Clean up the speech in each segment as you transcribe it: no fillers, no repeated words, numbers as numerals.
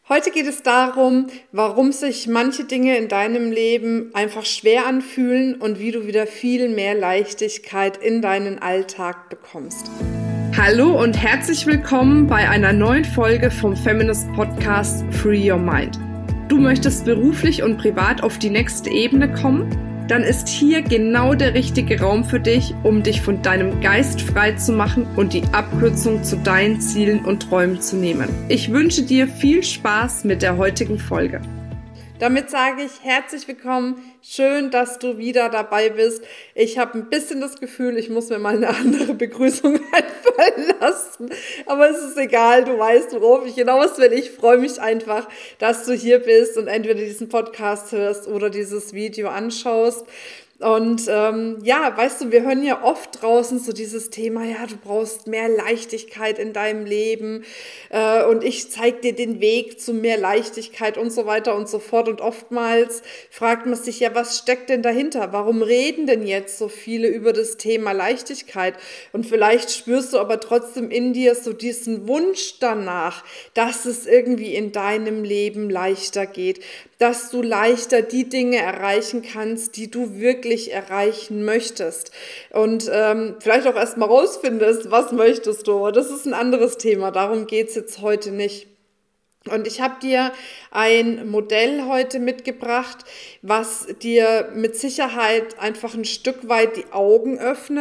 Heute geht es darum, warum sich manche Dinge in deinem Leben einfach schwer anfühlen und wie du wieder viel mehr Leichtigkeit in deinen Alltag bekommst. Hallo und herzlich willkommen bei einer neuen Folge vom Feminist Podcast Free Your Mind. Du möchtest beruflich und privat auf die nächste Ebene kommen? Dann ist hier genau der richtige Raum für dich, um dich von deinem Geist frei zu machen und die Abkürzung zu deinen Zielen und Träumen zu nehmen. Ich wünsche dir viel Spaß mit der heutigen Folge. Damit sage ich herzlich willkommen, schön, dass du wieder dabei bist. Ich habe ein bisschen das Gefühl, ich muss mir mal eine andere Begrüßung einfallen lassen, aber es ist egal, du weißt, worauf ich hinaus will. Ich freue mich einfach, dass du hier bist und entweder diesen Podcast hörst oder dieses Video anschaust. Und weißt du, wir hören ja oft draußen so dieses Thema, ja, du brauchst mehr Leichtigkeit in deinem Leben und ich zeige dir den Weg zu mehr Leichtigkeit und so weiter und so fort. Und oftmals fragt man sich ja, was steckt denn dahinter? Warum reden denn jetzt so viele über das Thema Leichtigkeit? Und vielleicht spürst du aber trotzdem in dir so diesen Wunsch danach, dass es irgendwie in deinem Leben leichter geht, dass du leichter die Dinge erreichen kannst, die du wirklich erreichen möchtest. Und vielleicht auch erst mal rausfindest, was möchtest du. Aber das ist ein anderes Thema, darum geht es jetzt heute nicht. Und ich habe dir ein Modell heute mitgebracht, was dir mit Sicherheit einfach ein Stück weit die Augen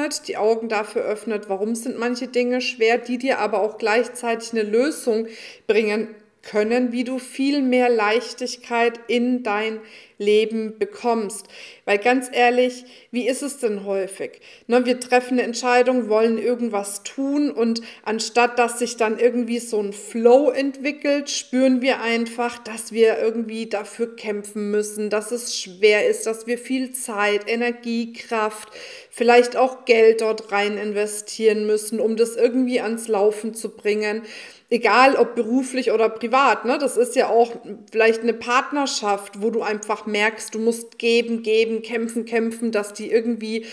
dafür öffnet, warum sind manche Dinge schwer, die dir aber auch gleichzeitig eine Lösung bringen können, wie du viel mehr Leichtigkeit in dein Leben bekommst. Weil ganz ehrlich, wie ist es denn häufig? Wir treffen eine Entscheidung, wollen irgendwas tun und anstatt dass sich dann irgendwie so ein Flow entwickelt, spüren wir einfach, dass wir irgendwie dafür kämpfen müssen, dass es schwer ist, dass wir viel Zeit, Energie, Kraft, vielleicht auch Geld dort rein investieren müssen, um das irgendwie ans Laufen zu bringen. Egal ob beruflich oder privat, ne? Das ist ja auch vielleicht eine Partnerschaft, wo du einfach merkst, du musst geben, kämpfen, dass die irgendwie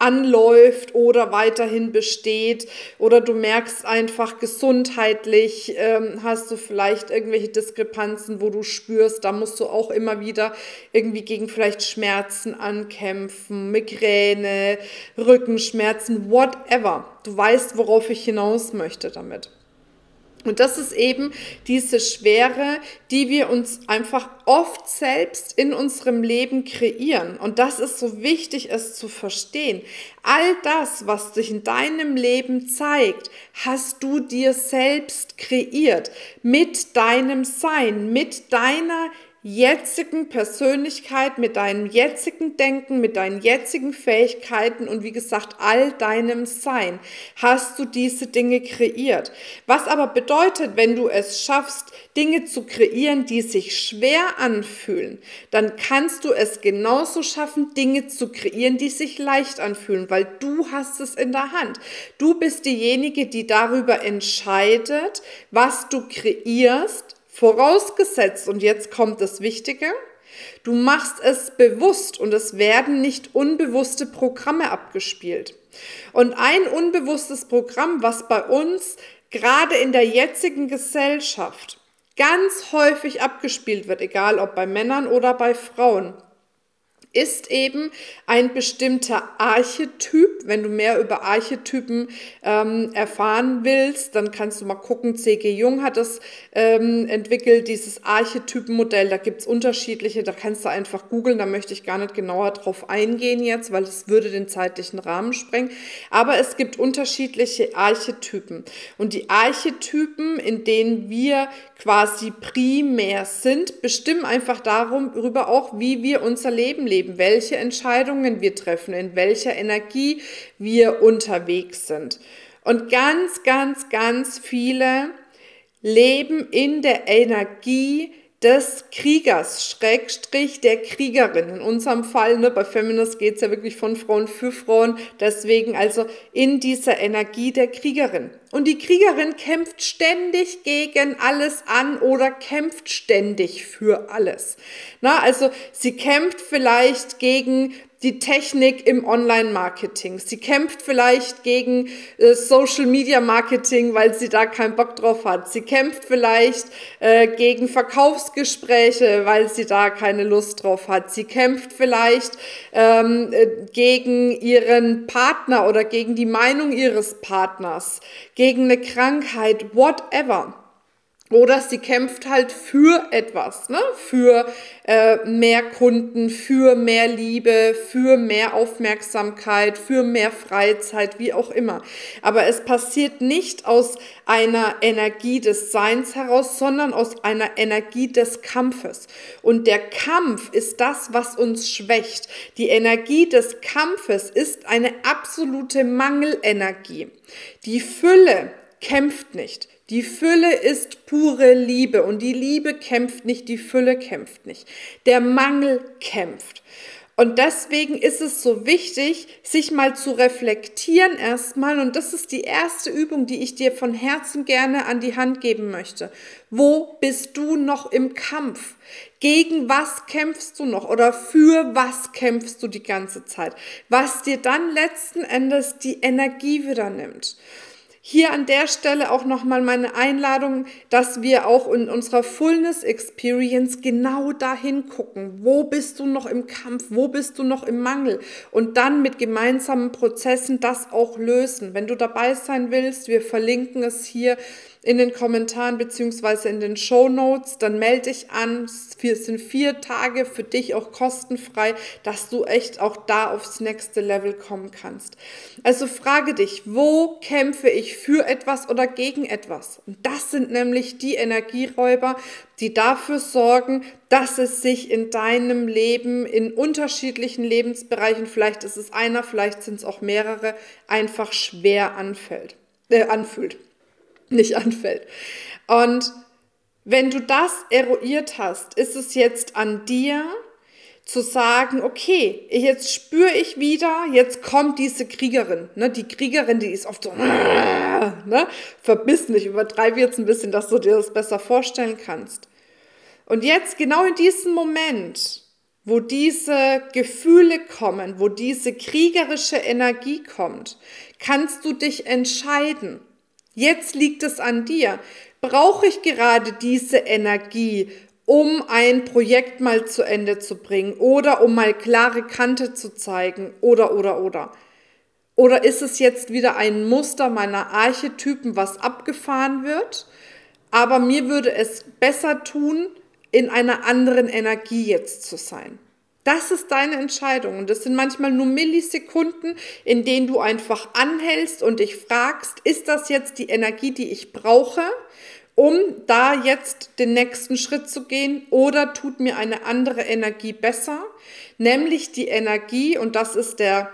anläuft oder weiterhin besteht. Oder du merkst einfach gesundheitlich, hast du vielleicht irgendwelche Diskrepanzen, wo du spürst, da musst du auch immer wieder irgendwie gegen vielleicht Schmerzen ankämpfen, Migräne, Rückenschmerzen, whatever. Du weißt, worauf ich hinaus möchte damit. Und das ist eben diese Schwere, die wir uns einfach oft selbst in unserem Leben kreieren. Und das ist so wichtig, es zu verstehen. All das, was sich in deinem Leben zeigt, hast du dir selbst kreiert. Mit deinem Sein, mit deiner jetzigen Persönlichkeit, mit deinem jetzigen Denken, mit deinen jetzigen Fähigkeiten und wie gesagt, all deinem Sein hast du diese Dinge kreiert. Was aber bedeutet, wenn du es schaffst, Dinge zu kreieren, die sich schwer anfühlen, dann kannst du es genauso schaffen, Dinge zu kreieren, die sich leicht anfühlen, weil du hast es in der Hand. Du bist diejenige, die darüber entscheidet, was du kreierst, vorausgesetzt, und jetzt kommt das Wichtige, du machst es bewusst und es werden nicht unbewusste Programme abgespielt. Und ein unbewusstes Programm, was bei uns gerade in der jetzigen Gesellschaft ganz häufig abgespielt wird, egal ob bei Männern oder bei Frauen, ist eben ein bestimmter Archetyp. Wenn du mehr über Archetypen erfahren willst, dann kannst du mal gucken, C.G. Jung hat das entwickelt, dieses Archetypenmodell. Da gibt's unterschiedliche, da kannst du einfach googeln, da möchte ich gar nicht genauer drauf eingehen jetzt, weil es würde den zeitlichen Rahmen sprengen. Aber es gibt unterschiedliche Archetypen. Und die Archetypen, in denen wir quasi primär sind, bestimmen einfach darüber auch, wie wir unser Leben leben, welche Entscheidungen wir treffen, in welcher Energie wir unterwegs sind. Und ganz viele leben in der Energie des Kriegers, Schrägstrich der Kriegerin. In unserem Fall, bei Feminist geht es ja wirklich von Frauen für Frauen, deswegen also in dieser Energie der Kriegerin. Und die Kriegerin kämpft ständig gegen alles an oder kämpft ständig für alles. Also sie kämpft vielleicht gegen die Technik im Online-Marketing. Sie kämpft vielleicht gegen Social-Media-Marketing, weil sie da keinen Bock drauf hat. Sie kämpft vielleicht gegen Verkaufsgespräche, weil sie da keine Lust drauf hat. Sie kämpft vielleicht gegen ihren Partner oder gegen die Meinung ihres Partners, gegen eine Krankheit, whatever. Oder sie kämpft halt für etwas, ne? Für mehr Kunden, für mehr Liebe, für mehr Aufmerksamkeit, für mehr Freizeit, wie auch immer. Aber es passiert nicht aus einer Energie des Seins heraus, sondern aus einer Energie des Kampfes. Und der Kampf ist das, was uns schwächt. Die Energie des Kampfes ist eine absolute Mangelenergie. Die Fülle kämpft nicht. Die Fülle ist pure Liebe und die Liebe kämpft nicht, die Fülle kämpft nicht. Der Mangel kämpft. Und deswegen ist es so wichtig, sich mal zu reflektieren erstmal, und das ist die erste Übung, die ich dir von Herzen gerne an die Hand geben möchte. Wo bist du noch im Kampf? Gegen was kämpfst du noch oder für was kämpfst du die ganze Zeit? Was dir dann letzten Endes die Energie wieder nimmt. Hier an der Stelle auch nochmal meine Einladung, dass wir auch in unserer Fullness Experience genau dahin gucken. Wo bist du noch im Kampf? Wo bist du noch im Mangel? Und dann mit gemeinsamen Prozessen das auch lösen. Wenn du dabei sein willst, wir verlinken es hier in den Kommentaren beziehungsweise in den Shownotes, dann melde dich an. Es sind 4 Tage für dich auch kostenfrei, dass du echt auch da aufs nächste Level kommen kannst. Also frage dich, wo kämpfe ich für etwas oder gegen etwas? Und das sind nämlich die Energieräuber, die dafür sorgen, dass es sich in deinem Leben, in unterschiedlichen Lebensbereichen, vielleicht ist es einer, vielleicht sind es auch mehrere, einfach schwer anfühlt. Und wenn du das eruiert hast, ist es jetzt an dir zu sagen, okay, jetzt spüre ich wieder, jetzt kommt diese Kriegerin. Ne? Die Kriegerin, die ist oft so, ne? Verbissen, ich übertreibe jetzt ein bisschen, dass du dir das besser vorstellen kannst. Und jetzt genau in diesem Moment, wo diese Gefühle kommen, wo diese kriegerische Energie kommt, kannst du dich entscheiden. Jetzt liegt es an dir. Brauche ich gerade diese Energie, um ein Projekt mal zu Ende zu bringen oder um mal klare Kante zu zeigen oder? Oder ist es jetzt wieder ein Muster meiner Archetypen, was abgefahren wird? Aber mir würde es besser tun, in einer anderen Energie jetzt zu sein. Das ist deine Entscheidung und das sind manchmal nur Millisekunden, in denen du einfach anhältst und dich fragst, ist das jetzt die Energie, die ich brauche, um da jetzt den nächsten Schritt zu gehen, oder tut mir eine andere Energie besser, nämlich die Energie, und das ist der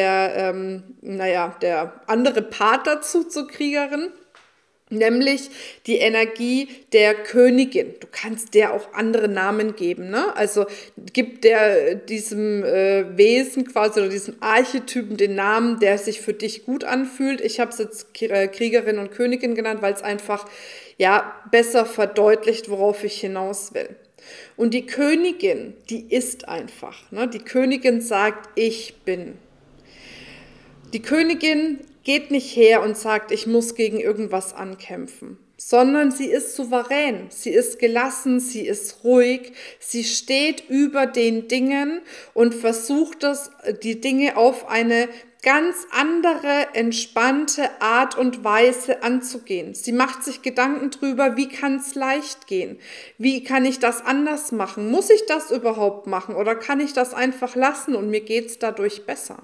andere Part dazu zur Kriegerin, nämlich die Energie der Königin. Du kannst der auch andere Namen geben, ne? Also gib diesem Wesen quasi oder diesem Archetypen den Namen, der sich für dich gut anfühlt. Ich habe es jetzt Kriegerin und Königin genannt, weil es einfach besser verdeutlicht, worauf ich hinaus will. Und die Königin, die ist einfach, ne? Die Königin sagt, ich bin. Die Königin geht nicht her und sagt, ich muss gegen irgendwas ankämpfen, sondern sie ist souverän, sie ist gelassen, sie ist ruhig, sie steht über den Dingen und versucht die Dinge auf eine ganz andere, entspannte Art und Weise anzugehen. Sie macht sich Gedanken drüber, wie kann es leicht gehen? Wie kann ich das anders machen? Muss ich das überhaupt machen oder kann ich das einfach lassen und mir geht es dadurch besser?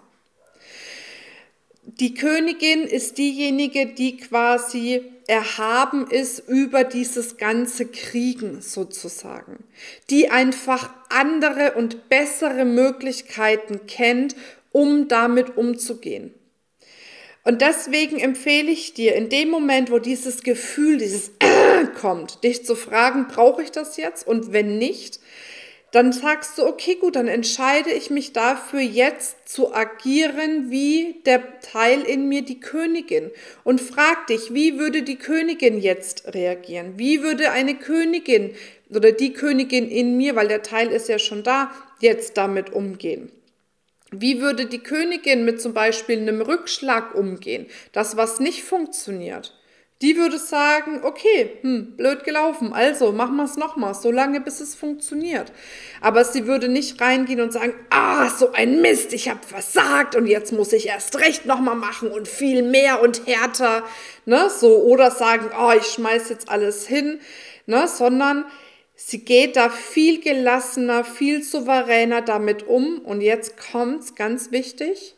Die Königin ist diejenige, die quasi erhaben ist über dieses ganze Kriegen sozusagen, die einfach andere und bessere Möglichkeiten kennt, um damit umzugehen. Und deswegen empfehle ich dir, in dem Moment, wo dieses Gefühl, dieses kommt, dich zu fragen, brauche ich das jetzt? Und wenn nicht, dann sagst du, okay, gut, dann entscheide ich mich dafür, jetzt zu agieren wie der Teil in mir, die Königin. Und frag dich, wie würde die Königin jetzt reagieren? Wie würde eine Königin oder die Königin in mir, weil der Teil ist ja schon da, jetzt damit umgehen? Wie würde die Königin mit zum Beispiel einem Rückschlag umgehen? Das, was nicht funktioniert. Die würde sagen, okay, blöd gelaufen, also machen wir es nochmal, so lange bis es funktioniert. Aber sie würde nicht reingehen und sagen, so ein Mist, ich habe versagt und jetzt muss ich erst recht nochmal machen und viel mehr und härter, ne, so, oder sagen, ich schmeiß jetzt alles hin, ne, sondern sie geht da viel gelassener, viel souveräner damit um. Und jetzt kommt's, ganz wichtig,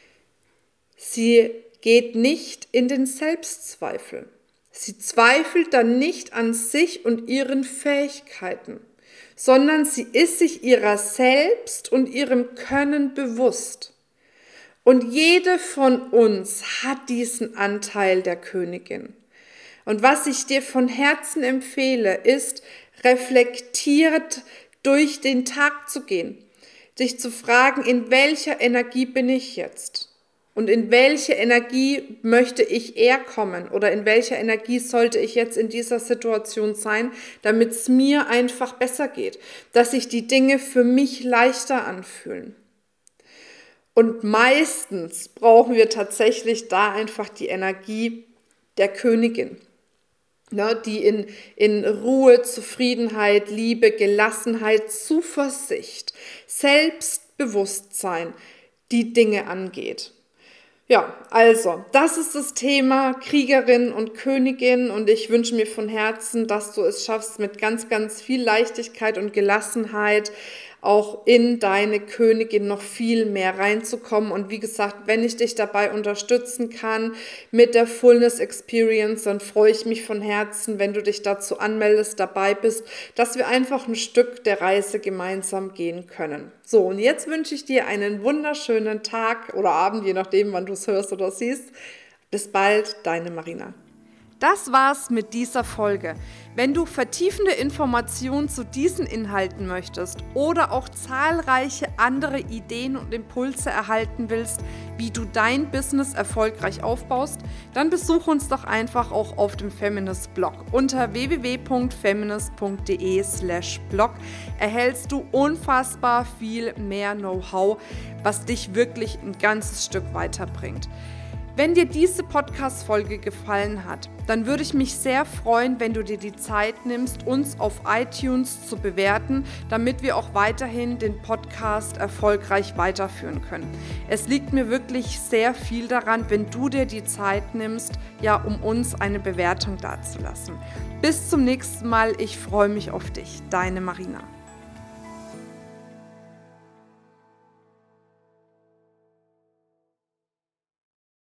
sie geht nicht in den Selbstzweifel. Sie zweifelt dann nicht an sich und ihren Fähigkeiten, sondern sie ist sich ihrer selbst und ihrem Können bewusst. Und jede von uns hat diesen Anteil der Königin. Und was ich dir von Herzen empfehle, ist, reflektiert durch den Tag zu gehen, dich zu fragen, in welcher Energie bin ich jetzt und in welche Energie möchte ich eher kommen oder in welcher Energie sollte ich jetzt in dieser Situation sein, damit es mir einfach besser geht, dass sich die Dinge für mich leichter anfühlen. Und meistens brauchen wir tatsächlich da einfach die Energie der Königin, die in Ruhe, Zufriedenheit, Liebe, Gelassenheit, Zuversicht, Selbstbewusstsein die Dinge angeht. Ja, also, das ist das Thema Kriegerin und Königin und ich wünsche mir von Herzen, dass du es schaffst, mit ganz, ganz viel Leichtigkeit und Gelassenheit auch in deine Königin noch viel mehr reinzukommen. Und wie gesagt, wenn ich dich dabei unterstützen kann mit der Fullness Experience, dann freue ich mich von Herzen, wenn du dich dazu anmeldest, dabei bist, dass wir einfach ein Stück der Reise gemeinsam gehen können. So, und jetzt wünsche ich dir einen wunderschönen Tag oder Abend, je nachdem, wann du es hörst oder siehst. Bis bald, deine Marina. Das war's mit dieser Folge. Wenn du vertiefende Informationen zu diesen Inhalten möchtest oder auch zahlreiche andere Ideen und Impulse erhalten willst, wie du dein Business erfolgreich aufbaust, dann besuch uns doch einfach auch auf dem Feminist-Blog. Unter www.feminist.de/blog erhältst du unfassbar viel mehr Know-how, was dich wirklich ein ganzes Stück weiterbringt. Wenn dir diese Podcast-Folge gefallen hat, dann würde ich mich sehr freuen, wenn du dir die Zeit nimmst, uns auf iTunes zu bewerten, damit wir auch weiterhin den Podcast erfolgreich weiterführen können. Es liegt mir wirklich sehr viel daran, wenn du dir die Zeit nimmst, um uns eine Bewertung dazulassen. Bis zum nächsten Mal, ich freue mich auf dich, deine Marina.